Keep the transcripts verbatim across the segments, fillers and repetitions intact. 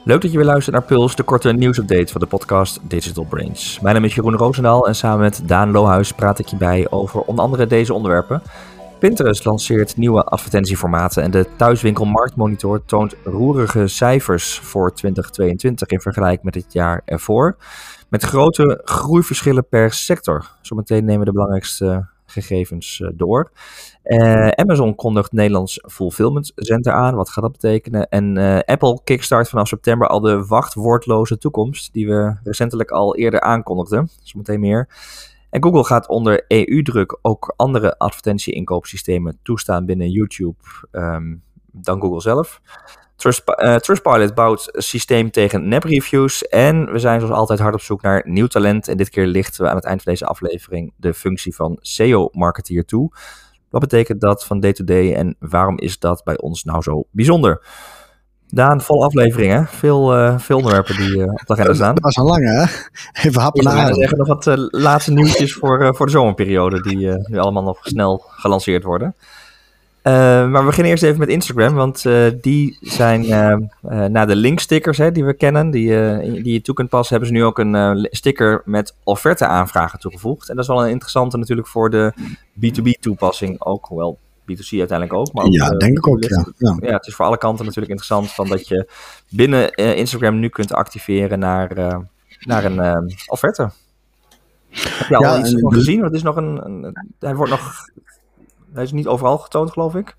Leuk dat je weer luistert naar Puls, de korte nieuwsupdate van de podcast Digital Brains. Mijn naam is Jeroen Roosendaal en samen met Daan Lohuis praat ik je bij over onder andere deze onderwerpen. Pinterest lanceert nieuwe advertentieformaten en de thuiswinkel Marktmonitor toont roerige cijfers voor twintig tweeëntwintig in vergelijking met het jaar ervoor. Met grote groeiverschillen per sector. Zometeen nemen we de belangrijkste gegevens uh, door. Uh, Amazon kondigt Nederlands Fulfillment Center aan. Wat gaat dat betekenen? En uh, Apple kickstart vanaf september al de wachtwoordloze toekomst die we recentelijk al eerder aankondigden. Zometeen meer. En Google gaat onder E U-druk ook andere advertentie-inkoopsystemen toestaan binnen YouTube um, dan Google zelf. Trust, uh, Trustpilot bouwt een systeem tegen nepreviews. En we zijn zoals altijd hard op zoek naar nieuw talent. En dit keer lichten we aan het eind van deze aflevering de functie van S E O-marketeer toe. Wat betekent dat van day-to-day en waarom is dat bij ons nou zo bijzonder? Daan, volle aflevering hè? Veel, uh, veel onderwerpen die uh, op de agenda staan. Dat was een lange hè? Even happen naar. Ja, zeggen nog wat uh, laatste nieuwtjes voor, uh, voor de zomerperiode die uh, nu allemaal nog snel gelanceerd worden. Uh, maar we beginnen eerst even met Instagram, want uh, die zijn uh, uh, na de linkstickers hè, die we kennen, die, uh, die je toe kunt passen, hebben ze nu ook een uh, sticker met offerte-aanvragen toegevoegd. En dat is wel een interessante natuurlijk voor de B twee B toepassing ook, hoewel B twee C uiteindelijk ook. Maar ook ja, uh, denk ik ook, ja. ja. Ja, het is voor alle kanten natuurlijk interessant van dat je binnen uh, Instagram nu kunt activeren naar, uh, naar een uh, offerte. Heb je al ja, iets van de... gezien? Het is nog een, een, hij wordt nog... Hij is niet overal getoond, geloof ik.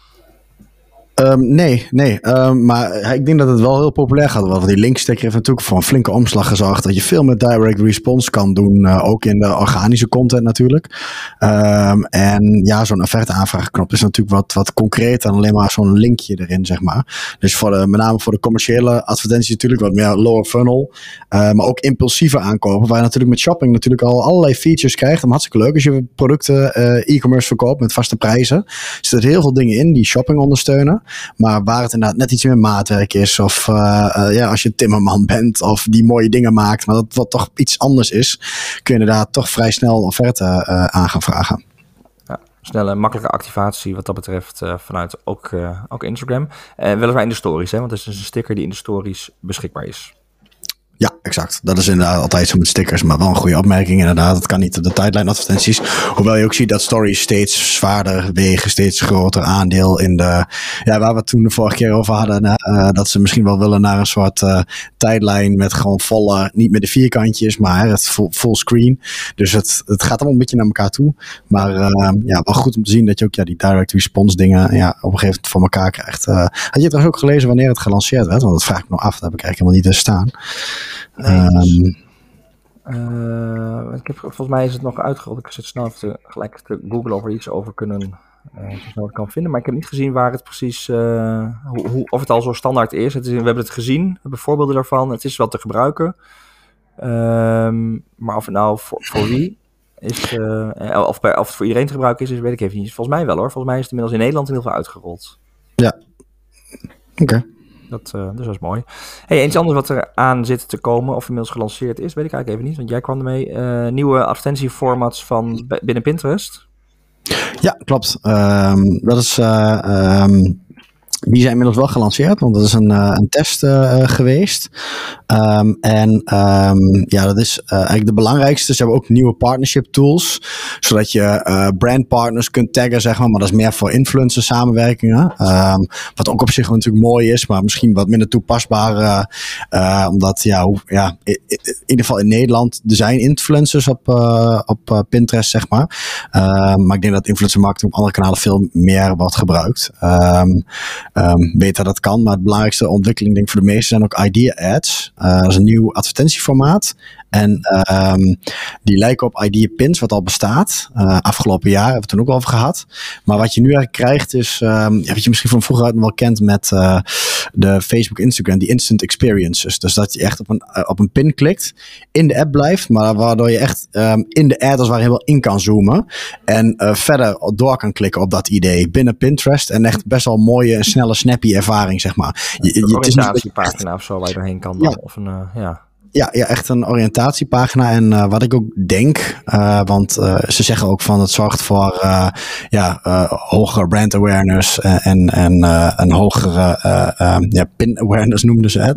Um, nee, nee. Um, maar ik denk dat het wel heel populair gaat worden. Die linksticker heeft natuurlijk voor een flinke omslag gezorgd. Dat je veel met direct response kan doen. Uh, ook in de organische content natuurlijk. Um, en ja, zo'n offerte aanvraakknop is natuurlijk wat, wat concreter dan alleen maar zo'n linkje erin, zeg maar. Dus voor de, met name voor de commerciële advertenties natuurlijk wat meer lower funnel. Uh, maar ook impulsieve aankopen. Waar je natuurlijk met shopping natuurlijk al allerlei features krijgt. Dat is hartstikke leuk als je producten uh, e-commerce verkoopt met vaste prijzen. Er zitten heel veel dingen in die shopping ondersteunen. Maar waar het inderdaad net iets meer maatwerk is. Of uh, uh, ja, als je timmerman bent. Of die mooie dingen maakt. Maar dat wat toch iets anders is. Kun je inderdaad toch vrij snel een offerte uh, aan gaan vragen. Ja, snelle, makkelijke activatie wat dat betreft. Uh, vanuit ook, uh, ook Instagram. Uh, weliswaar in de stories. Hè, want het is dus een sticker die in de stories beschikbaar is. Ja, exact. Dat is inderdaad altijd zo met stickers, maar wel een goede opmerking inderdaad. Het kan niet op de tijdlijn advertenties. Hoewel je ook ziet dat stories steeds zwaarder wegen, steeds groter aandeel in de... Ja, waar we het toen de vorige keer over hadden, uh, dat ze misschien wel willen naar een soort uh, tijdlijn met gewoon volle, niet met de vierkantjes, maar het full, full screen. Dus het, het gaat allemaal een beetje naar elkaar toe. Maar uh, ja, wel goed om te zien dat je ook ja, die direct response dingen ja, op een gegeven moment voor elkaar krijgt. Uh, had je trouwens ook gelezen wanneer het gelanceerd werd? Want dat vraag ik me nog af, dat heb ik eigenlijk helemaal niet te staan. Nee, dus, uh, ik heb, volgens mij is het nog uitgerold. Ik zit snel even te, gelijk te googlen of er iets over kunnen uh, zo snel kan vinden. Maar ik heb niet gezien waar het precies, uh, hoe, hoe, of het al zo standaard is. Het is. We hebben het gezien, we hebben voorbeelden daarvan. Het is wel te gebruiken. Um, maar of het nou voor, voor wie is, uh, of, bij, of het voor iedereen te gebruiken is, is, weet ik even niet. Volgens mij wel hoor. Volgens mij is het inmiddels in Nederland in ieder geval uitgerold. Ja, oké. Okay. Dat, uh, dus dat is mooi. Hey, iets anders wat er aan zit te komen, of inmiddels gelanceerd is, weet ik eigenlijk even niet, want jij kwam ermee. Uh, nieuwe advertentieformats van b- binnen Pinterest. Ja, klopt. Um, dat is... Uh, um... Die zijn inmiddels wel gelanceerd, want dat is een, uh, een test uh, geweest. Um, en um, ja, dat is uh, eigenlijk de belangrijkste. Ze hebben ook nieuwe partnership tools, zodat je uh, brandpartners kunt taggen, zeg maar. Maar dat is meer voor influencer samenwerkingen. Um, wat ook op zich natuurlijk mooi is, maar misschien wat minder toepasbaar. Uh, uh, omdat, ja, hoe, ja in, in ieder geval in Nederland, er zijn influencers op, uh, op uh, Pinterest, zeg maar. Uh, maar ik denk dat influencer marketing op andere kanalen veel meer wordt gebruikt. Um, Um, weet dat dat kan, maar het belangrijkste ontwikkeling denk ik voor de meesten zijn ook Idea Ads. Uh, dat is een nieuw advertentieformaat. En um, die lijken op Idea Pins, wat al bestaat. Uh, afgelopen jaar hebben we het toen ook over gehad. Maar wat je nu eigenlijk krijgt is, um, ja, wat je misschien van vroeger uit nog wel kent met uh, de Facebook, Instagram, die instant experiences. Dus dat je echt op een, uh, op een pin klikt, in de app blijft, maar waardoor je echt um, in de ad als waar je wel in kan zoomen. En uh, verder door kan klikken op dat idee binnen Pinterest. En echt best wel mooie, snelle, snappy ervaring, zeg maar. Je, je, een oriëntatiepagina of zo waar je doorheen kan dan. Ja. Of een, uh, ja. Ja, ja, echt een oriëntatiepagina. En uh, wat ik ook denk, uh, want uh, ze zeggen ook van het zorgt voor uh, ja, uh, hogere brand awareness en, en uh, een hogere uh, uh, ja, pin awareness noemden ze het. Mm-hmm.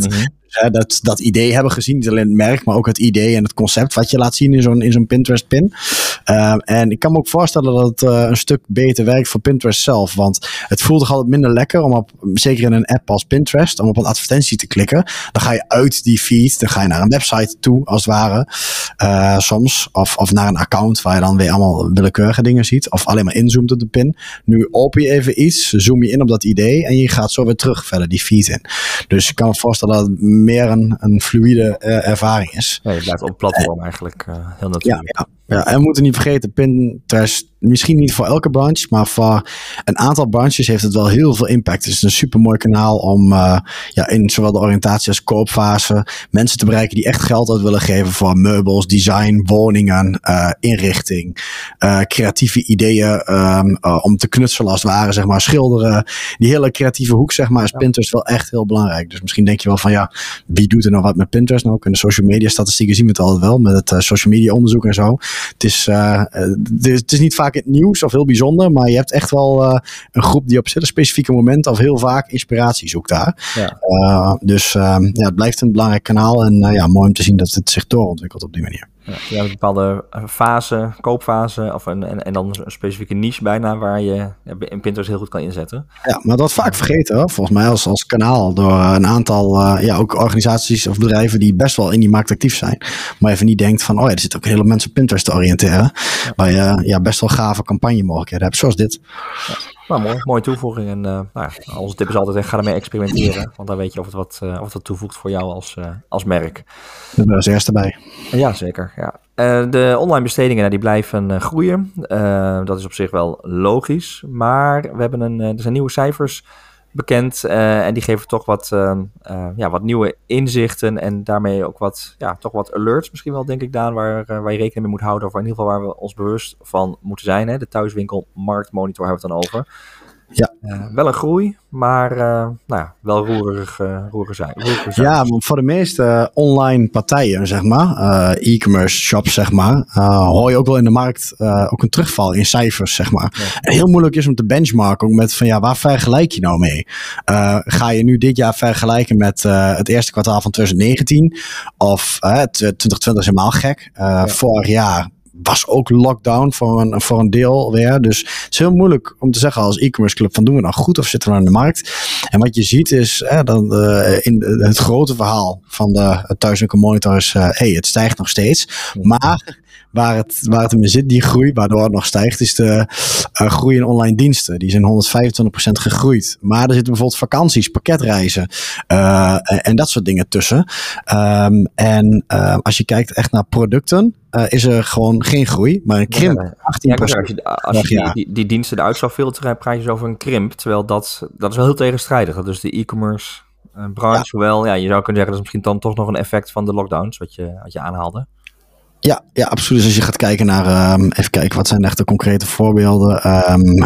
Hè, dat, dat idee hebben gezien, niet alleen het merk, maar ook het idee en het concept wat je laat zien in zo'n, in zo'n Pinterest pin. Uh, en ik kan me ook voorstellen dat het uh, een stuk beter werkt voor Pinterest zelf, want het voelt toch altijd minder lekker om op, zeker in een app als Pinterest, om op een advertentie te klikken. Dan ga je uit die feed, dan ga je naar een website toe, als het ware, uh, soms, of, of naar een account waar je dan weer allemaal willekeurige dingen ziet, of alleen maar inzoomt op de pin. Nu open je even iets, zoom je in op dat idee en je gaat zo weer terug verder die feed in. Dus ik kan me voorstellen dat het meer een, een fluïde uh, ervaring is. Ja, je blijft op het platform uh, eigenlijk uh, heel natuurlijk. Ja, ja, ja, en we moeten niet vergeten, Pinterest, misschien niet voor elke branche, maar voor een aantal branches heeft het wel heel veel impact. Het is een supermooi kanaal om uh, ja, in zowel de oriëntatie als koopfase mensen te bereiken die echt geld uit willen geven voor meubels, design, woningen, uh, inrichting, uh, creatieve ideeën um, uh, om te knutselen als het ware, zeg maar, schilderen. Die hele creatieve hoek, zeg maar, is Pinterest wel echt heel belangrijk. Dus misschien denk je wel van, ja, wie doet er nou wat met Pinterest? Nou, ook in de social media statistieken zien we het altijd wel, met het uh, social media onderzoek en zo. Het is, uh, het is niet vaak in het nieuws of heel bijzonder, maar je hebt echt wel uh, een groep die op hele specifieke momenten of heel vaak inspiratie zoekt daar. Ja. Uh, dus uh, ja, het blijft een belangrijk kanaal en uh, ja, mooi om te zien dat het zich doorontwikkelt op die manier. Ja, je hebt een bepaalde fase, koopfase of een, en, en dan een specifieke niche bijna waar je in Pinterest heel goed kan inzetten. Ja, maar dat vaak vergeten, hoor, volgens mij als, als kanaal door een aantal uh, ja, ook organisaties of bedrijven die best wel in die markt actief zijn. Maar even niet denkt van, oh ja, er zitten ook hele mensen op Pinterest te oriënteren. Ja. Waar je ja, best wel gave campagne mogelijkheden hebt, zoals dit. Ja. Nou, mooi, mooie toevoeging. En uh, nou ja, onze tip is altijd, ga ermee experimenteren. Want dan weet je of het wat, uh, of het wat toevoegt voor jou als, uh, als merk. Dat ben als eerste bij. Ja, zeker. Ja. Uh, de online bestedingen nou, die blijven uh, groeien. Uh, dat is op zich wel logisch. Maar we hebben een, uh, er zijn nieuwe cijfers bekend. Uh, en die geven toch wat, uh, uh, ja, wat nieuwe inzichten. En daarmee ook wat, ja, toch wat alerts misschien wel, denk ik, Daan. Waar, uh, waar je rekening mee moet houden. Of in ieder geval waar we ons bewust van moeten zijn. Hè? De thuiswinkel marktmonitor hebben we het dan over. Ja. Uh, wel een groei, maar uh, nou ja, wel roerig, uh, roerig zijn. Roerig zijn. Ja, voor de meeste uh, online partijen, zeg maar, uh, e-commerce shops, zeg maar, uh, hoor je ook wel in de markt uh, ook een terugval in cijfers, zeg maar. Ja. En heel moeilijk is om te benchmarken, ook met van ja, waar vergelijk je nou mee? Uh, ga je nu dit jaar vergelijken met uh, het eerste kwartaal van twintig negentien? Of uh, twintig twintig is helemaal gek. Uh, ja. Vorig jaar was ook lockdown voor een, voor een deel weer. Dus het is heel moeilijk om te zeggen als e-commerce club van doen we nou goed of zitten we aan de markt. En wat je ziet is eh, dan, uh, in de, het grote verhaal van de thuiswinkel monitor is uh, hey, het stijgt nog steeds. Maar waar het, waar het in zit, die groei, waardoor het nog stijgt, is de uh, groei in online diensten. Die zijn honderdvijfentwintig procent gegroeid. Maar er zitten bijvoorbeeld vakanties, pakketreizen uh, en, en dat soort dingen tussen. Um, en uh, als je kijkt echt naar producten, Uh, is er gewoon geen groei, maar een krimp. Ja, achttien procent. Ja, als je, als je die, die, die diensten eruit zou filteren, dan praat je zo over een krimp. Terwijl dat, dat is wel heel tegenstrijdig. Dus de e-commerce uh, branche, ja. Wel, ja, je zou kunnen zeggen, dat is misschien dan toch nog een effect van de lockdowns, wat je, wat je aanhaalde. Ja, ja, absoluut. Dus als je gaat kijken naar, um, even kijken, wat zijn echt de concrete voorbeelden? Um,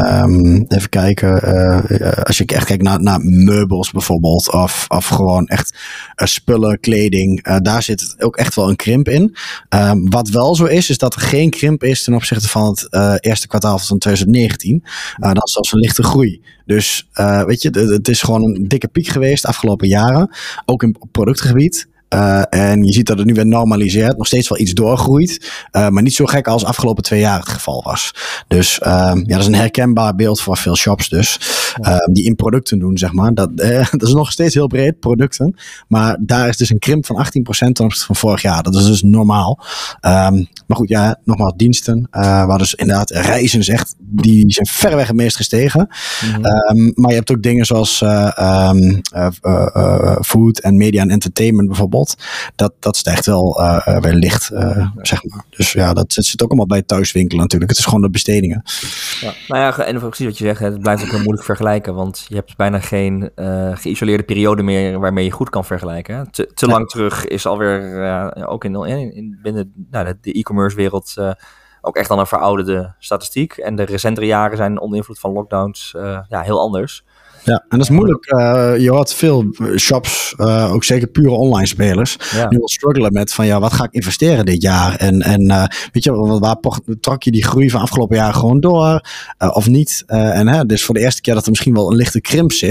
um, even kijken, uh, als je echt kijkt naar, naar meubels bijvoorbeeld, of, of gewoon echt uh, spullen, kleding, uh, daar zit ook echt wel een krimp in. Um, wat wel zo is, is dat er geen krimp is ten opzichte van het uh, eerste kwartaal van twintig negentien. Uh, dat is zelfs een lichte groei. Dus, uh, weet je, het, het is gewoon een dikke piek geweest de afgelopen jaren, ook in, op productgebied. Uh, en je ziet dat het nu weer normaliseert, nog steeds wel iets doorgroeit, uh, maar niet zo gek als afgelopen twee jaar het geval was. Dus uh, ja, dat is een herkenbaar beeld voor veel shops dus, uh, die in producten doen, zeg maar. Dat, uh, dat is nog steeds heel breed, producten, maar daar is dus een krimp van achttien procent ten opzichte van vorig jaar. Dat is dus normaal. Um, maar goed, ja, nogmaals, diensten, uh, waar dus inderdaad reizen is echt, die zijn verreweg het meest gestegen. Mm-hmm. Um, maar je hebt ook dingen zoals uh, um, uh, uh, uh, food en media en entertainment bijvoorbeeld. Dat, dat stijgt wel uh, weer licht, uh, ja. zeg maar. Dus ja, dat, dat zit ook allemaal bij thuiswinkelen natuurlijk. Het is gewoon de bestedingen. Ja. Nou ja, en precies wat je zegt, het blijft ook heel moeilijk vergelijken, want je hebt bijna geen uh, geïsoleerde periode meer waarmee je goed kan vergelijken. Te, te ja. lang terug is alweer, uh, ook in, in, in binnen nou, de, de e-commerce wereld, uh, ook echt al een verouderde statistiek. En de recentere jaren zijn onder invloed van lockdowns uh, ja, heel anders. Ja, en dat is moeilijk. Uh, je hoort veel shops, uh, ook zeker pure online spelers, ja. die wel struggelen met van ja, wat ga ik investeren dit jaar? En, en uh, weet je, waar trok je die groei van afgelopen jaar gewoon door uh, of niet? Uh, en hè, dus voor de eerste keer dat er misschien wel een lichte krimp zit,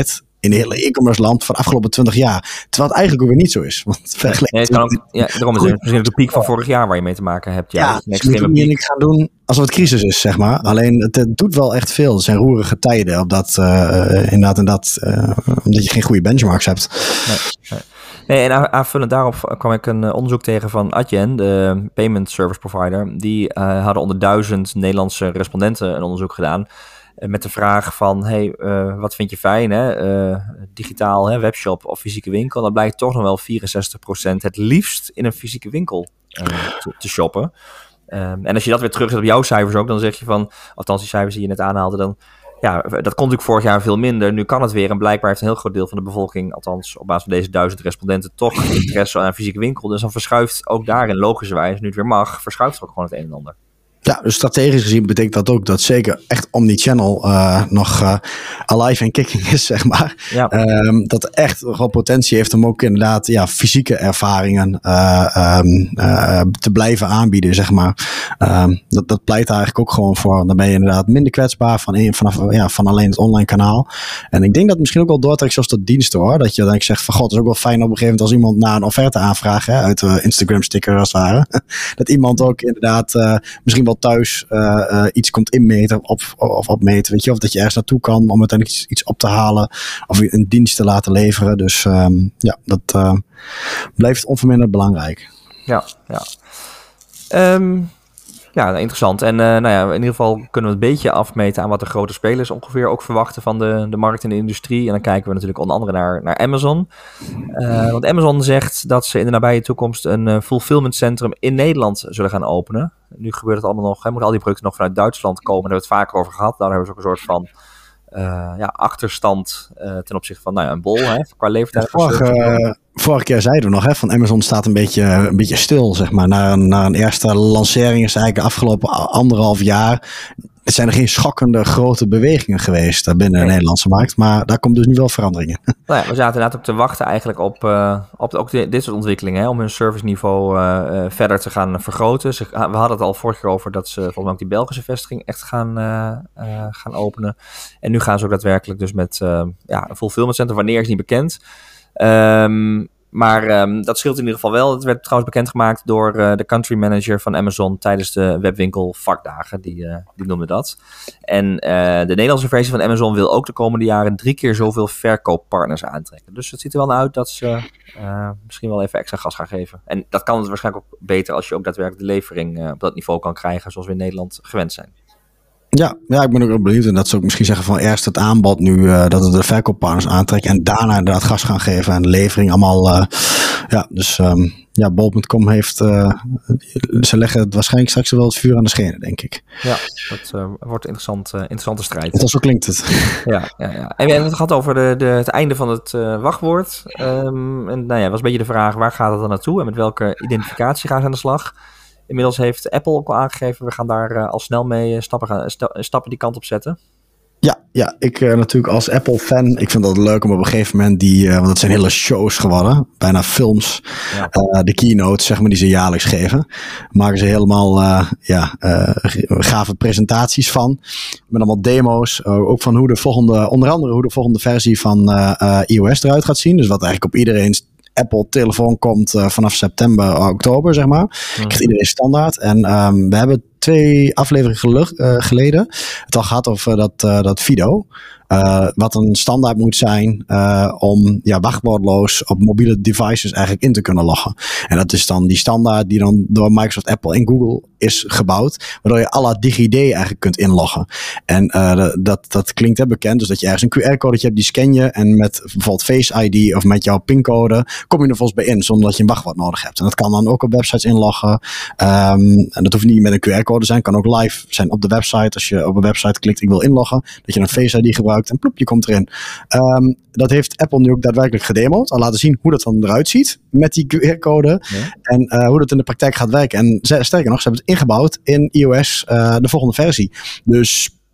in de hele e-commerce land van de afgelopen twintig jaar. Terwijl het eigenlijk ook weer niet zo is. Want vergeleken nee, het kan ook, ja, daarom is het misschien de piek van vorig jaar waar je mee te maken hebt. Ja, ja dus je moet niet gaan doen alsof het crisis is, zeg maar. Alleen het, het doet wel echt veel. Het zijn roerige tijden op dat, uh, inderdaad, en dat, uh, omdat je geen goede benchmarks hebt. Nee, nee. Nee, en aanvullend daarop kwam ik een onderzoek tegen van Adyen, de payment service provider. Die uh, hadden onder duizend Nederlandse respondenten een onderzoek gedaan. Uh, met de vraag van, hey, uh, wat vind je fijn, hè? Uh, digitaal, hè? Webshop of fysieke winkel? Dan blijkt toch nog wel vierenzestig procent het liefst in een fysieke winkel uh, te, te shoppen. Um, en als je dat weer terugzet op jouw cijfers ook, dan zeg je van, althans die cijfers die je net aanhaalde, dan ja, dat kon natuurlijk vorig jaar veel minder. Nu kan het weer en blijkbaar heeft een heel groot deel van de bevolking, althans op basis van deze duizend respondenten, toch interesse aan een fysieke winkel. Dus dan verschuift ook daarin logischerwijs, nu het weer mag, verschuift er ook gewoon het een en ander. Ja, dus strategisch gezien betekent dat ook dat zeker echt omnichannel uh, nog uh, alive en kicking is, zeg maar. Ja. Um, dat echt gewoon potentie heeft om ook inderdaad ja, fysieke ervaringen uh, um, uh, te blijven aanbieden, zeg maar. Um, dat, dat pleit daar eigenlijk ook gewoon voor. Dan ben je inderdaad minder kwetsbaar van, een, vanaf, ja, van alleen het online kanaal. En ik denk dat het misschien ook wel doortrekt zoals tot diensten, hoor. Dat je dan zegt van god, het is ook wel fijn op een gegeven moment als iemand na een offerte aanvraagt, hè, uit de Instagram sticker als het ware. Dat iemand ook inderdaad uh, misschien wel thuis uh, uh, iets komt inmeten of, of opmeten, weet je, of dat je ergens naartoe kan om uiteindelijk iets, iets op te halen of een dienst te laten leveren. Dus um, ja, dat uh, blijft onverminderd belangrijk. Ja, ja. Um, ja, interessant. En uh, nou ja, in ieder geval kunnen we een beetje afmeten aan wat de grote spelers ongeveer ook verwachten van de, de markt en de industrie. En dan kijken we natuurlijk onder andere naar, naar Amazon. Uh, want Amazon zegt dat ze in de nabije toekomst een uh, fulfillment centrum in Nederland zullen gaan openen. Nu gebeurt het allemaal nog, hè, moeten al die producten nog vanuit Duitsland komen. Daar hebben we het vaker over gehad. Daar hebben we ook een soort van uh, ja, achterstand uh, ten opzichte van nou ja, een bol, hè, qua leeftijd. Vorige, uh, vorige keer zeiden we nog, hè, van Amazon staat een beetje, een beetje stil, zeg maar. Na een, na een eerste lancering is eigenlijk de afgelopen anderhalf jaar. Het zijn er geen schokkende grote bewegingen geweest binnen de nee. Nederlandse markt. Maar daar komt dus nu wel veranderingen. Nou ja, we zaten inderdaad ook te wachten eigenlijk op, uh, op ook de, dit soort ontwikkelingen. Hè, om hun serviceniveau uh, uh, verder te gaan vergroten. Ze, we hadden het al vorige keer over dat ze volgens mij ook die Belgische vestiging echt gaan, uh, uh, gaan openen. En nu gaan ze ook daadwerkelijk dus met uh, ja, een fulfillment center. Wanneer is niet bekend. Um, Maar um, dat scheelt in ieder geval wel. Het werd trouwens bekendgemaakt door uh, de country manager van Amazon tijdens de webwinkel vakdagen. Die, uh, die noemde dat. En uh, de Nederlandse versie van Amazon wil ook de komende jaren drie keer zoveel verkooppartners aantrekken. Dus het ziet er wel naar uit dat ze uh, misschien wel even extra gas gaan geven. En dat kan het waarschijnlijk ook beter als je ook daadwerkelijk de levering uh, op dat niveau kan krijgen zoals we in Nederland gewend zijn. Ja, ja, ik ben ook wel benieuwd. En dat ze ook misschien zeggen van eerst het aanbod nu, uh, dat het de verkooppartners aantrekken. En daarna inderdaad gas gaan geven en de levering allemaal. Uh, ja, dus um, ja, bol punt com heeft, uh, ze leggen het waarschijnlijk straks wel het vuur aan de schenen, denk ik. Ja, dat uh, wordt een interessant, uh, interessante strijd. Dat zo klinkt het. Ja, ja, ja. En we hebben het gehad over de, de, het einde van het uh, wachtwoord. Um, en nou ja, was een beetje de vraag, waar gaat het dan naartoe? En met welke identificatie gaan ze aan de slag? Inmiddels heeft Apple ook al aangegeven, we gaan daar uh, al snel mee stappen, gaan, sta, stappen die kant op zetten. Ja, ja, ik uh, natuurlijk als Apple-fan, ik vind dat leuk om op een gegeven moment die, uh, want het zijn hele shows geworden, bijna films, ja. uh, de keynotes, zeg maar, die ze jaarlijks geven. Maken ze helemaal, uh, ja, uh, gave presentaties van, met allemaal demo's, uh, ook van hoe de volgende, onder andere hoe de volgende versie van uh, uh, iOS eruit gaat zien. Dus wat eigenlijk op iedereen's Apple-telefoon komt uh, vanaf september, oktober, zeg maar. Mm. Krijgt iedereen standaard. En um, we hebben twee afleveringen gelug, uh, geleden het al gehad over dat, uh, dat Fido. Uh, wat een standaard moet zijn uh, om ja, wachtwoordloos op mobiele devices eigenlijk in te kunnen loggen. En dat is dan die standaard die dan door Microsoft, Apple en Google is gebouwd, waardoor je à la DigiD eigenlijk kunt inloggen. En uh, dat, dat klinkt hè, bekend, dus dat je ergens een Q R-code hebt, die scan je en met bijvoorbeeld Face I D of met jouw pincode kom je er volgens bij in, zonder dat je een wachtwoord nodig hebt. En dat kan dan ook op websites inloggen. Um, en dat hoeft niet met een Q R-code te zijn, kan ook live zijn op de website. Als je op een website klikt, ik wil inloggen, dat je een Face I D gebruikt en ploep, je komt erin. Um, dat heeft Apple nu ook daadwerkelijk gedemoed. Al laten zien hoe dat dan eruit ziet met die Q R-code. Ja. En uh, hoe dat in de praktijk gaat werken. En sterker nog, ze hebben het ingebouwd in iOS uh, de volgende versie. Dus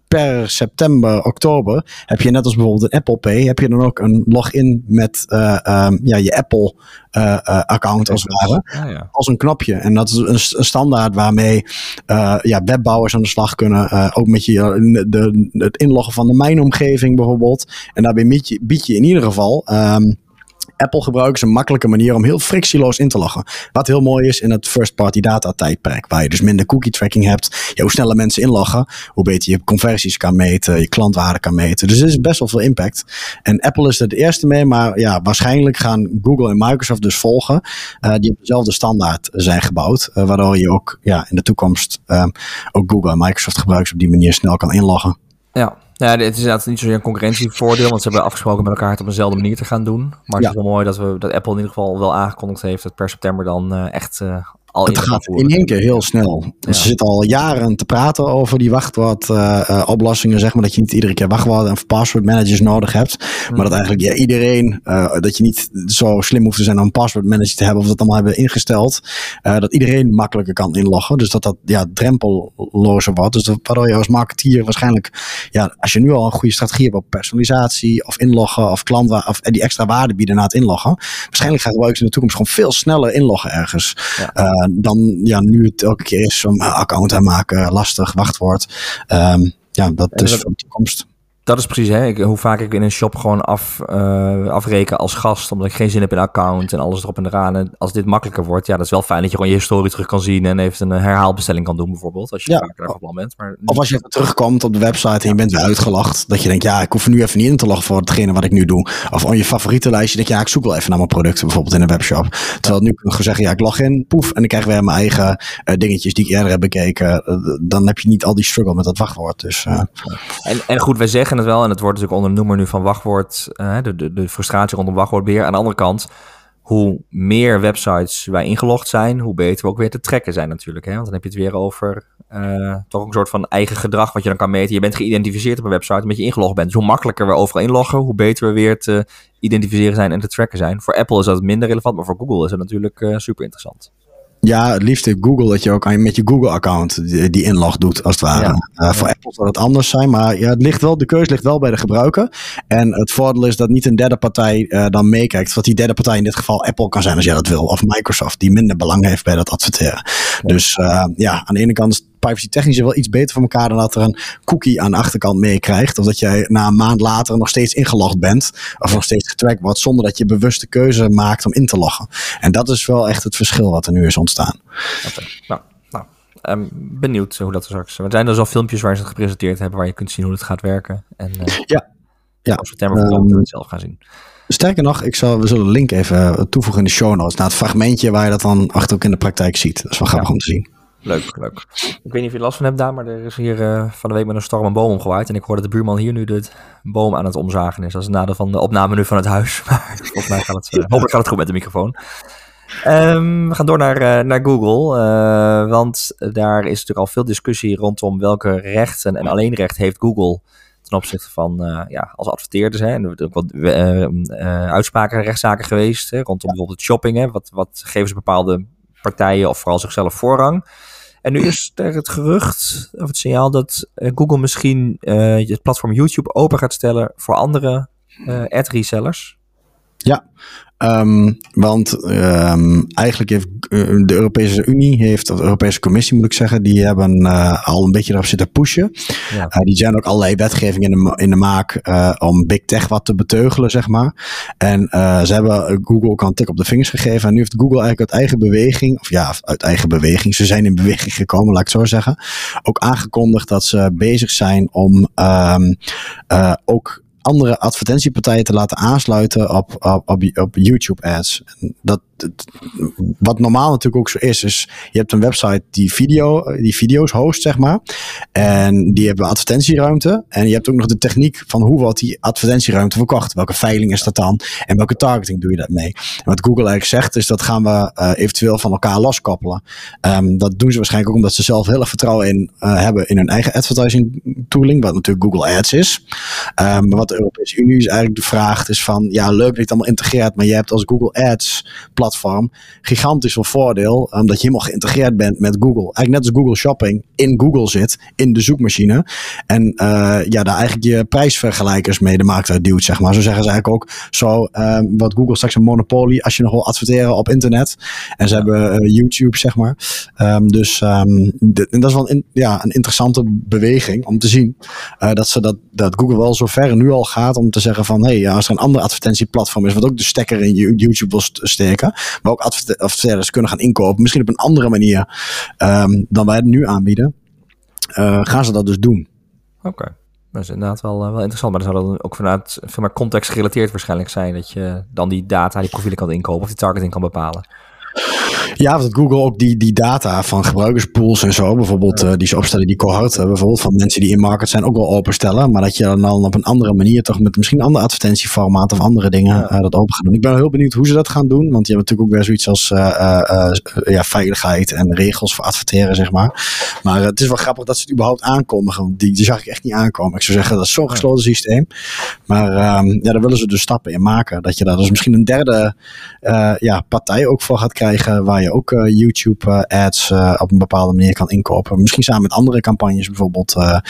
per september, oktober heb je net als bijvoorbeeld een Apple Pay, heb je dan ook een login met uh, um, ja, je Apple uh, uh, account als het ware, ja, ja. als een knopje. En dat is een, een standaard waarmee uh, ja, webbouwers aan de slag kunnen, uh, ook met je, de, de, het inloggen van de mijnomgeving bijvoorbeeld. En daarbij bied je, bied je in ieder geval Um, Apple gebruikt een makkelijke manier om heel frictieloos in te loggen. Wat heel mooi is in het first-party data tijdperk. Waar je dus minder cookie tracking hebt. Ja, hoe sneller mensen inloggen, hoe beter je conversies kan meten. Je klantwaarde kan meten. Dus er is best wel veel impact. En Apple is er de eerste mee. Maar ja, waarschijnlijk gaan Google en Microsoft dus volgen. Uh, die op dezelfde standaard zijn gebouwd. Uh, waardoor je ook ja, in de toekomst uh, ook Google en Microsoft gebruikers op die manier snel kan inloggen. Ja. Ja, het is inderdaad niet zozeer een concurrentievoordeel, want ze hebben afgesproken met elkaar het op dezelfde manier te gaan doen. Maar het ja. is wel mooi dat, we, dat Apple in ieder geval wel aangekondigd heeft dat per september dan uh, echt uh, al het in gaat in één keer heel snel. Ja. Ze zitten al jaren te praten over die wachtwoord uh, uh, oplossingen, zeg maar, dat je niet iedere keer wachtwoorden en password managers nodig hebt. Hmm. Maar dat eigenlijk ja, iedereen, uh, dat je niet zo slim hoeft te zijn om een password manager te hebben of dat allemaal hebben ingesteld. Uh, dat iedereen makkelijker kan inloggen. Dus dat dat ja, drempellozer wordt. Dus dat, waardoor je als marketeer waarschijnlijk, ja, als je nu al een goede strategie hebt op personalisatie of inloggen of klantwa- of die extra waarde bieden na het inloggen. Waarschijnlijk gaan gebruikers in de toekomst gewoon veel sneller inloggen ergens. Ja. Uh, dan ja, nu het elke keer is om een account aanmaken, lastig, wachtwoord. Um, ja, dat ja, is dat, voor de toekomst. Dat is precies, hè. Ik, hoe vaak ik in een shop gewoon af, uh, afreken als gast, omdat ik geen zin heb in een account en alles erop en eraan. En als dit makkelijker wordt, ja, dat is wel fijn dat je gewoon je historie terug kan zien en even een herhaalbestelling kan doen bijvoorbeeld, als je ja. vaker daarvan plan bent. Maar, of als je even terugkomt op de website en je bent weer uitgelogd, dat je denkt, ja, ik hoef er nu even niet in te loggen voor hetgene wat ik nu doe. Of op je favoriete lijstje, denk je, ja, ik zoek wel even naar mijn producten, bijvoorbeeld in een webshop. Terwijl nu kun je gewoon zeggen, ja, ik log in, poef, en ik krijg weer mijn eigen uh, dingetjes die ik eerder heb bekeken. Uh, dan heb je niet al die struggle met dat wachtwoord. Dus, uh. en, en goed, wij zeggen het wel, en het wordt natuurlijk onder de noemer nu van wachtwoord, uh, de, de, de frustratie rondom wachtwoordbeheer. Aan de andere kant, hoe meer websites wij ingelogd zijn, hoe beter we ook weer te tracken zijn natuurlijk. Hè? Want dan heb je het weer over uh, toch een soort van eigen gedrag wat je dan kan meten. Je bent geïdentificeerd op een website omdat je ingelogd bent. Dus hoe makkelijker we overal inloggen, hoe beter we weer te identificeren zijn en te tracken zijn. Voor Apple is dat minder relevant, maar voor Google is dat natuurlijk uh, super interessant. Ja, het liefst Google, dat je ook met je Google-account die, die inlog doet, als het ware. Ja. Uh, voor ja. Apple zal het anders zijn, maar ja, het ligt wel, de keuze ligt wel bij de gebruiker. En het voordeel is dat niet een derde partij uh, dan meekijkt. Wat die derde partij in dit geval Apple kan zijn als jij dat wil. Of Microsoft, die minder belang heeft bij dat adverteren. Ja. Dus uh, ja, aan de ene kant is privacy technisch wel iets beter voor elkaar dan dat er een cookie aan de achterkant meekrijgt. Of dat jij na een maand later nog steeds ingelogd bent. Of nog steeds getrackt wordt zonder dat je bewuste keuze maakt om in te loggen. En dat is wel echt het verschil wat er nu is ontstaan. Okay. Nou, nou um, benieuwd hoe dat er straks... Er zijn dus al filmpjes waar ze het gepresenteerd hebben waar je kunt zien hoe het gaat werken. En uh, ja. Ja. Als we het termen um, het zelf gaan zien. Sterker nog, ik zal, we zullen een link even toevoegen in de show notes naar het fragmentje waar je dat dan achter ook in de praktijk ziet. Dat is wel grappig ja. om te zien. Leuk, leuk. Ik weet niet of je er last van hebt, Daan, maar er is hier uh, van de week met een storm een boom omgewaaid. En ik hoor dat de buurman hier nu de boom aan het omzagen is. Dat is een nadeel van de opname nu van het huis. Maar volgens mij gaat het, uh, hopelijk gaat het goed met de microfoon. Um, we gaan door naar, uh, naar Google. Uh, want daar is natuurlijk al veel discussie rondom welke rechten en alleen recht heeft Google ten opzichte van, uh, ja, als adverteerders. Hè. En er zijn ook wat uh, uh, uitspraken en rechtszaken geweest, hè, rondom bijvoorbeeld shopping. Hè. Wat, wat geven ze bepaalde partijen of vooral zichzelf voorrang. En nu is er het gerucht of het signaal dat uh, Google misschien uh, het platform YouTube open gaat stellen voor andere uh, ad resellers. Ja, um, want um, eigenlijk heeft uh, de Europese Unie, heeft, of de Europese Commissie moet ik zeggen, die hebben uh, al een beetje erop zitten pushen. Ja. Uh, die zijn ook allerlei wetgeving in de, in de maak uh, om big tech wat te beteugelen, zeg maar. En uh, ze hebben Google ook een tik op de vingers gegeven. En nu heeft Google eigenlijk uit eigen beweging, of ja, uit eigen beweging, ze zijn in beweging gekomen, laat ik het zo zeggen, ook aangekondigd dat ze bezig zijn om um, uh, ook andere advertentiepartijen te laten aansluiten op, op, op, op YouTube ads. Dat, wat normaal natuurlijk ook zo is, is je hebt een website die, video, die video's host, zeg maar. En die hebben advertentieruimte. En je hebt ook nog de techniek van hoe wordt die advertentieruimte verkocht. Welke veiling is dat dan? En welke targeting doe je dat mee? En wat Google eigenlijk zegt, is dat gaan we uh, eventueel van elkaar loskoppelen. Um, dat doen ze waarschijnlijk ook omdat ze zelf heel erg vertrouwen in uh, hebben in hun eigen advertising tooling, wat natuurlijk Google Ads is. Um, wat Europese Unie is eigenlijk de vraag is van, ja, leuk dat je het allemaal integreert, maar je hebt als Google Ads platform gigantisch veel voordeel, omdat je helemaal geïntegreerd bent met Google. Eigenlijk net als Google Shopping in Google zit, in de zoekmachine. En uh, ja, daar eigenlijk je prijsvergelijkers mee de markt uit duwt, zeg maar. Zo zeggen ze eigenlijk ook, zo, uh, wat Google straks een monopolie, als je nog wil adverteren op internet. En ze ja. hebben uh, YouTube, zeg maar. Um, dus um, dit, en dat is wel een, ja, een interessante beweging om te zien. Uh, dat, ze dat, dat Google wel zo ver nu al gaat om te zeggen van, hé, hey, als er een andere advertentieplatform is, wat ook de stekker in YouTube wil steken, maar ook adver- adverteerders kunnen gaan inkopen, misschien op een andere manier um, dan wij het nu aanbieden, uh, gaan ze dat dus doen. Oké. Okay. Dat is inderdaad wel, uh, wel interessant, maar dan zou dat ook vanuit veel meer context gerelateerd waarschijnlijk zijn, dat je dan die data, die profielen kan inkopen of die targeting kan bepalen. Ja, dat Google ook die, die data van gebruikerspools en zo, bijvoorbeeld uh, die ze opstellen, die cohorten, bijvoorbeeld van mensen die in market zijn, ook wel openstellen, maar dat je dan op een andere manier toch met misschien een ander advertentieformaat of andere dingen uh, dat open gaat doen. Ik ben heel benieuwd hoe ze dat gaan doen, want je hebt natuurlijk ook weer zoiets als uh, uh, uh, ja, veiligheid en regels voor adverteren, zeg maar. Maar uh, het is wel grappig dat ze het überhaupt aankondigen, want die, die zag ik echt niet aankomen. Ik zou zeggen, dat is zo'n gesloten systeem. Maar um, ja, daar willen ze dus stappen in maken, dat je daar dus misschien een derde uh, ja, partij ook voor gaat krijgen, waar je ook uh, YouTube uh, ads uh, op een bepaalde manier kan inkopen. Misschien samen met andere campagnes, bijvoorbeeld uh,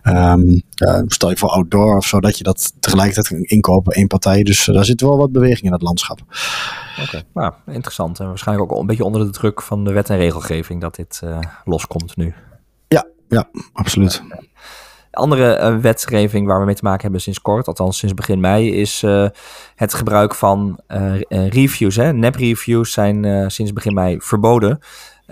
um, uh, stel je voor outdoor of zo, dat je dat tegelijkertijd kan inkopen, één partij. Dus uh, daar zit wel wat beweging in het landschap. Oké, okay. Nou, interessant. En waarschijnlijk ook een beetje onder de druk van de wet en regelgeving dat dit uh, loskomt nu. Ja, ja, absoluut. Ja. Andere uh, wetgeving waar we mee te maken hebben sinds kort, althans sinds begin mei, is uh, het gebruik van uh, uh, reviews. Hè. Nep-reviews zijn uh, sinds begin mei verboden.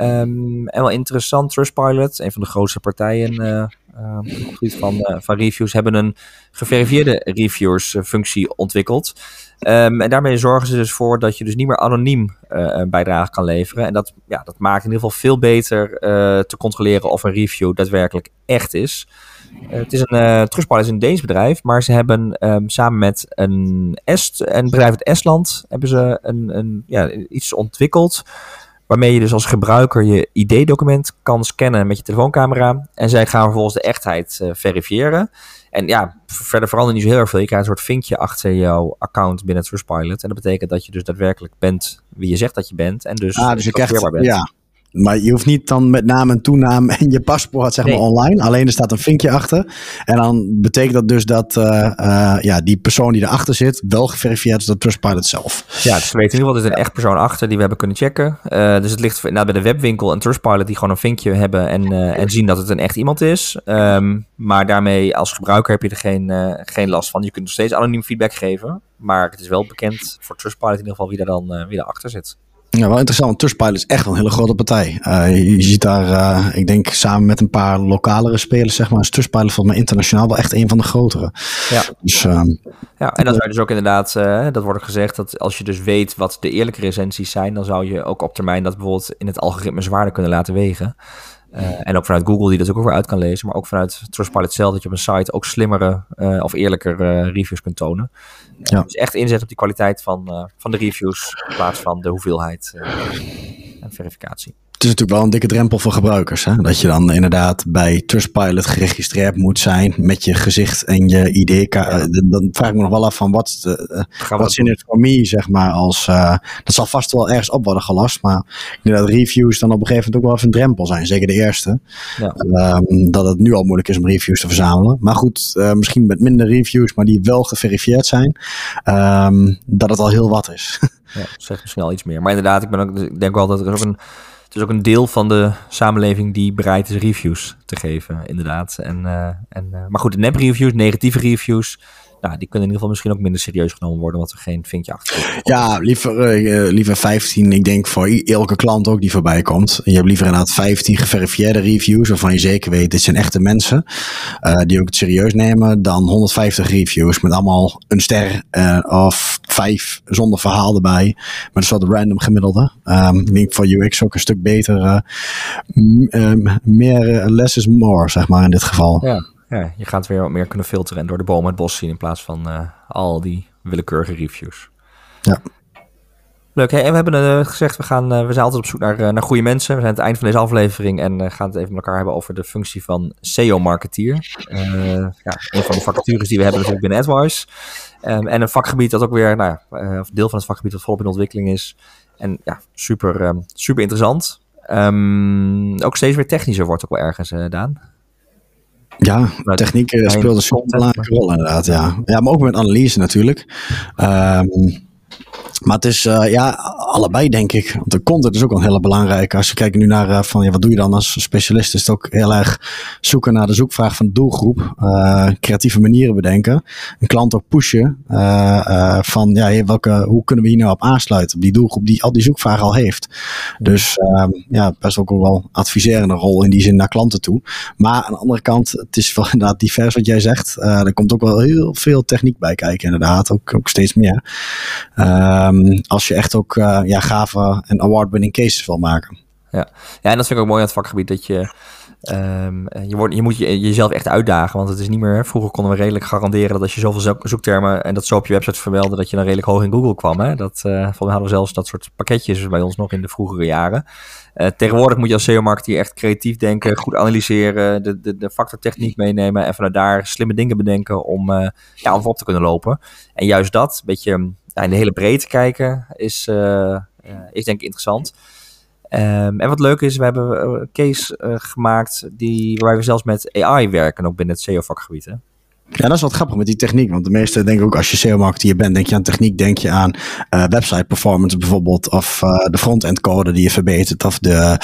Um, en wel interessant, Trustpilot, een van de grootste partijen uh, uh, op het gebied van, uh, van reviews, hebben een geverifieerde reviewers uh, functie ontwikkeld. Um, en daarmee zorgen ze dus voor dat je dus niet meer anoniem uh, een bijdrage kan leveren. En dat, ja, dat maakt in ieder geval veel beter uh, te controleren of een review daadwerkelijk echt is. Uh, het is een, uh, Trustpilot is een Deens bedrijf, maar ze hebben um, samen met een, Est, een bedrijf uit Estland hebben ze een, een, ja, iets ontwikkeld waarmee je dus als gebruiker je I D-document kan scannen met je telefooncamera en zij gaan vervolgens de echtheid uh, verifiëren. En ja, verder verandert niet zo heel erg veel. Je krijgt een soort vinkje achter jouw account binnen Trustpilot en dat betekent dat je dus daadwerkelijk bent wie je zegt dat je bent en dus, ah, dus je krijgt, bent. Ja. Maar je hoeft niet dan met naam en toenaam en je paspoort zeg nee. maar online. Alleen er staat een vinkje achter. En dan betekent dat dus dat uh, uh, ja, die persoon die erachter zit wel geverifieerd is door Trustpilot zelf. Ja, dus we weten in ieder geval, er is een echt persoon achter die we hebben kunnen checken. Uh, dus het ligt inderdaad bij de webwinkel en Trustpilot die gewoon een vinkje hebben en, uh, en zien dat het een echt iemand is. Um, maar daarmee als gebruiker heb je er geen, uh, geen last van. Je kunt nog steeds anoniem feedback geven. Maar het is wel bekend voor Trustpilot in ieder geval wie daar dan uh, wie daarachter zit. Ja, wel interessant, want Trustpilot is echt wel een hele grote partij. Uh, je, je ziet daar, uh, ik denk samen met een paar lokalere spelers, zeg maar, is Trustpilot volgens mij internationaal wel echt een van de grotere. Ja, dus, um, ja en dan zou je dus ook inderdaad, uh, dat wordt ook gezegd, dat als je dus weet wat de eerlijke recensies zijn, dan zou je ook op termijn dat bijvoorbeeld in het algoritme zwaarder kunnen laten wegen. Uh, en ook vanuit Google die dat ook weer uit kan lezen, maar ook vanuit Trustpilot zelf dat je op een site ook slimmere uh, of eerlijker uh, reviews kunt tonen. Ja. Dus echt inzet op die kwaliteit van, uh, van de reviews in plaats van de hoeveelheid uh, en verificatie. Het is natuurlijk wel een dikke drempel voor gebruikers. Hè? Dat je dan inderdaad bij Trustpilot geregistreerd moet zijn met je gezicht en je I D. Ja. Dan vraag ik me nog wel af van wat is in het for me, zeg maar. Als, uh, dat zal vast wel ergens op worden gelast. Maar ik denk dat reviews dan op een gegeven moment ook wel even een drempel zijn. Zeker de eerste. Ja. Um, dat het nu al moeilijk is om reviews te verzamelen. Maar goed, uh, misschien met minder reviews, maar die wel geverifieerd zijn. Um, dat het al heel wat is. Ja, dat zegt misschien al iets meer. Maar inderdaad, ik, ben ook, ik denk wel dat er ook een... Het is ook een deel van de samenleving die bereid is reviews te geven, inderdaad. En, uh, en, uh, maar goed, de nep-reviews, negatieve reviews, nou, die kunnen in ieder geval misschien ook minder serieus genomen worden, omdat er geen vinkje achter zit. Ja, liever, uh, liever vijftien, ik denk voor elke klant ook die voorbij komt. Je hebt liever inderdaad vijftien geverifieerde reviews, waarvan je zeker weet, dit zijn echte mensen, uh, die ook het serieus nemen, dan honderdvijftig reviews met allemaal een ster uh, of vijf zonder verhaal erbij. Maar dat is wel de random gemiddelde. Um, ik denk voor U X ook een stuk beter. Uh, m- uh, meer uh, less is more, zeg maar in dit geval. Ja. Ja, je gaat weer wat meer kunnen filteren en door de bomen het bos zien in plaats van uh, al die willekeurige reviews. Ja. Leuk. Hey, en we hebben uh, gezegd, we, gaan, uh, we zijn altijd op zoek naar, uh, naar goede mensen. We zijn aan het eind van deze aflevering en uh, gaan het even met elkaar hebben over de functie van S E O-marketeer. Uh, ja, een van de vacatures die we hebben natuurlijk binnen AdWise. Um, en een vakgebied dat ook weer, nou ja, uh, deel van het vakgebied dat volop in ontwikkeling is. En ja, super, um, super interessant. Um, ook steeds weer technischer wordt ook wel ergens, uh, Daan. Ja, techniek uh, speelt een super belangrijke rol inderdaad, ja. Ja, maar ook met analyse natuurlijk. Um, Maar het is uh, ja, allebei denk ik. Want de content is ook wel heel belangrijk. Als je kijkt nu naar uh, van ja, wat doe je dan als specialist, is het ook heel erg zoeken naar de zoekvraag van de doelgroep. Uh, creatieve manieren bedenken. Een klant ook pushen. Uh, uh, van ja, welke, hoe kunnen we hier nou op aansluiten? Op die doelgroep die al die zoekvragen al heeft. Dus uh, ja, best ook wel adviserende rol in die zin naar klanten toe. Maar aan de andere kant, het is wel inderdaad divers wat jij zegt. Uh, er komt ook wel heel veel techniek bij kijken inderdaad. Ook, ook steeds meer. Uh, Um, als je echt ook uh, ja, gave en award-winning cases wil maken. Ja. ja, en dat vind ik ook mooi aan het vakgebied. Dat je, um, je, wordt, je moet je, jezelf echt uitdagen. Want het is niet meer... Vroeger konden we redelijk garanderen dat als je zoveel zoektermen... en dat zo op je website vermeldde, dat je dan redelijk hoog in Google kwam. Hè? Dat, uh, volgens mij hadden we zelfs dat soort pakketjes bij ons nog in de vroegere jaren. Uh, tegenwoordig moet je als S E O-marketeer echt creatief denken, goed analyseren, de, de, de factortechniek meenemen en vanuit daar slimme dingen bedenken om, uh, ja, om op te kunnen lopen. En juist dat, een beetje ja, in de hele breedte kijken, is, uh, uh, is denk ik interessant. Um, en wat leuk is, we hebben een case uh, gemaakt die, waar we zelfs met A I werken, ook binnen het S E O-vakgebied. Hè? Ja, dat is wat grappig met die techniek. Want de meeste denken ook, als je S E O-marketeer bent, denk je aan techniek, denk je aan uh, website performance bijvoorbeeld. Of uh, de front-end code die je verbetert. Of de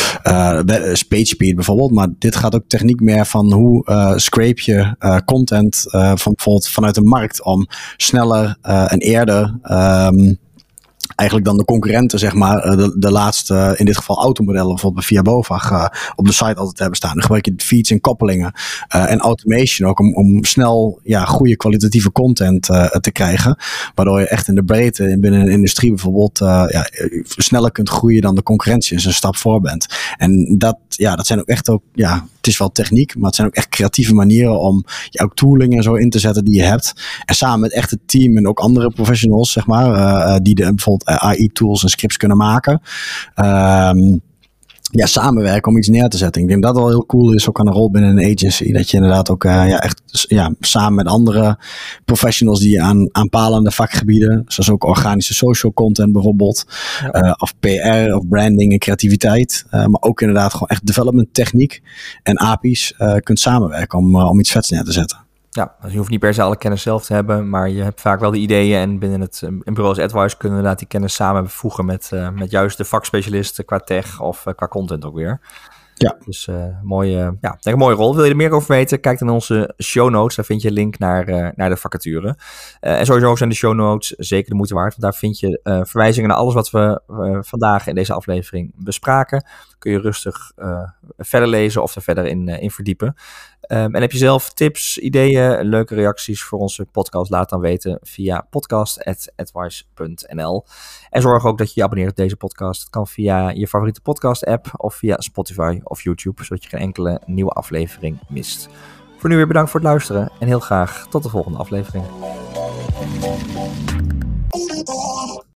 uh, page speed bijvoorbeeld. Maar dit gaat ook techniek meer van hoe uh, scrape je uh, content uh, van bijvoorbeeld vanuit de markt om sneller uh, en eerder... Um, eigenlijk dan de concurrenten, zeg maar, de, de laatste, in dit geval automodellen, bijvoorbeeld via BOVAG uh, op de site altijd hebben staan. Dan gebruik je feeds en koppelingen uh, en automation ook om, om snel ja, goede kwalitatieve content uh, te krijgen. Waardoor je echt in de breedte, binnen een industrie bijvoorbeeld, uh, ja, sneller kunt groeien dan de concurrentie en een stap voor bent. En dat, ja, dat zijn ook echt ook, ja, het is wel techniek, maar het zijn ook echt creatieve manieren om ja, ook tooling en zo in te zetten die je hebt. En samen met echt het team en ook andere professionals, zeg maar, uh, die de, bijvoorbeeld A I-tools en scripts kunnen maken. Um, ja, samenwerken om iets neer te zetten. Ik denk dat dat wel heel cool is, ook aan een rol binnen een agency. Dat je inderdaad ook uh, ja, echt ja, samen met andere professionals die aan aanpalende vakgebieden, zoals ook organische social content bijvoorbeeld, ja. uh, of P R of branding en creativiteit, uh, maar ook inderdaad gewoon echt development techniek en A P I's uh, kunt samenwerken om, uh, om iets vets neer te zetten. Ja, dus je hoeft niet per se alle kennis zelf te hebben, maar je hebt vaak wel de ideeën en binnen het in bureau als AdWise kunnen we inderdaad die kennis samen voegen met, uh, met juist de vakspecialisten qua tech of uh, qua content ook weer. Ja. Dus uh, mooie, ja, denk een mooie rol. Wil je er meer over weten? Kijk dan in onze show notes. Daar vind je een link naar, uh, naar de vacature. Uh, en sowieso zijn de show notes zeker de moeite waard. Want daar vind je uh, verwijzingen naar alles wat we uh, vandaag in deze aflevering bespraken. Kun je rustig uh, verder lezen of er verder in, uh, in verdiepen. Um, en heb je zelf tips, ideeën, leuke reacties voor onze podcast? Laat dan weten via podcast at adwise punt n l. En zorg ook dat je je abonneert op deze podcast. Dat kan via je favoriete podcast app of via Spotify of YouTube, zodat je geen enkele nieuwe aflevering mist. Voor nu weer bedankt voor het luisteren en heel graag tot de volgende aflevering.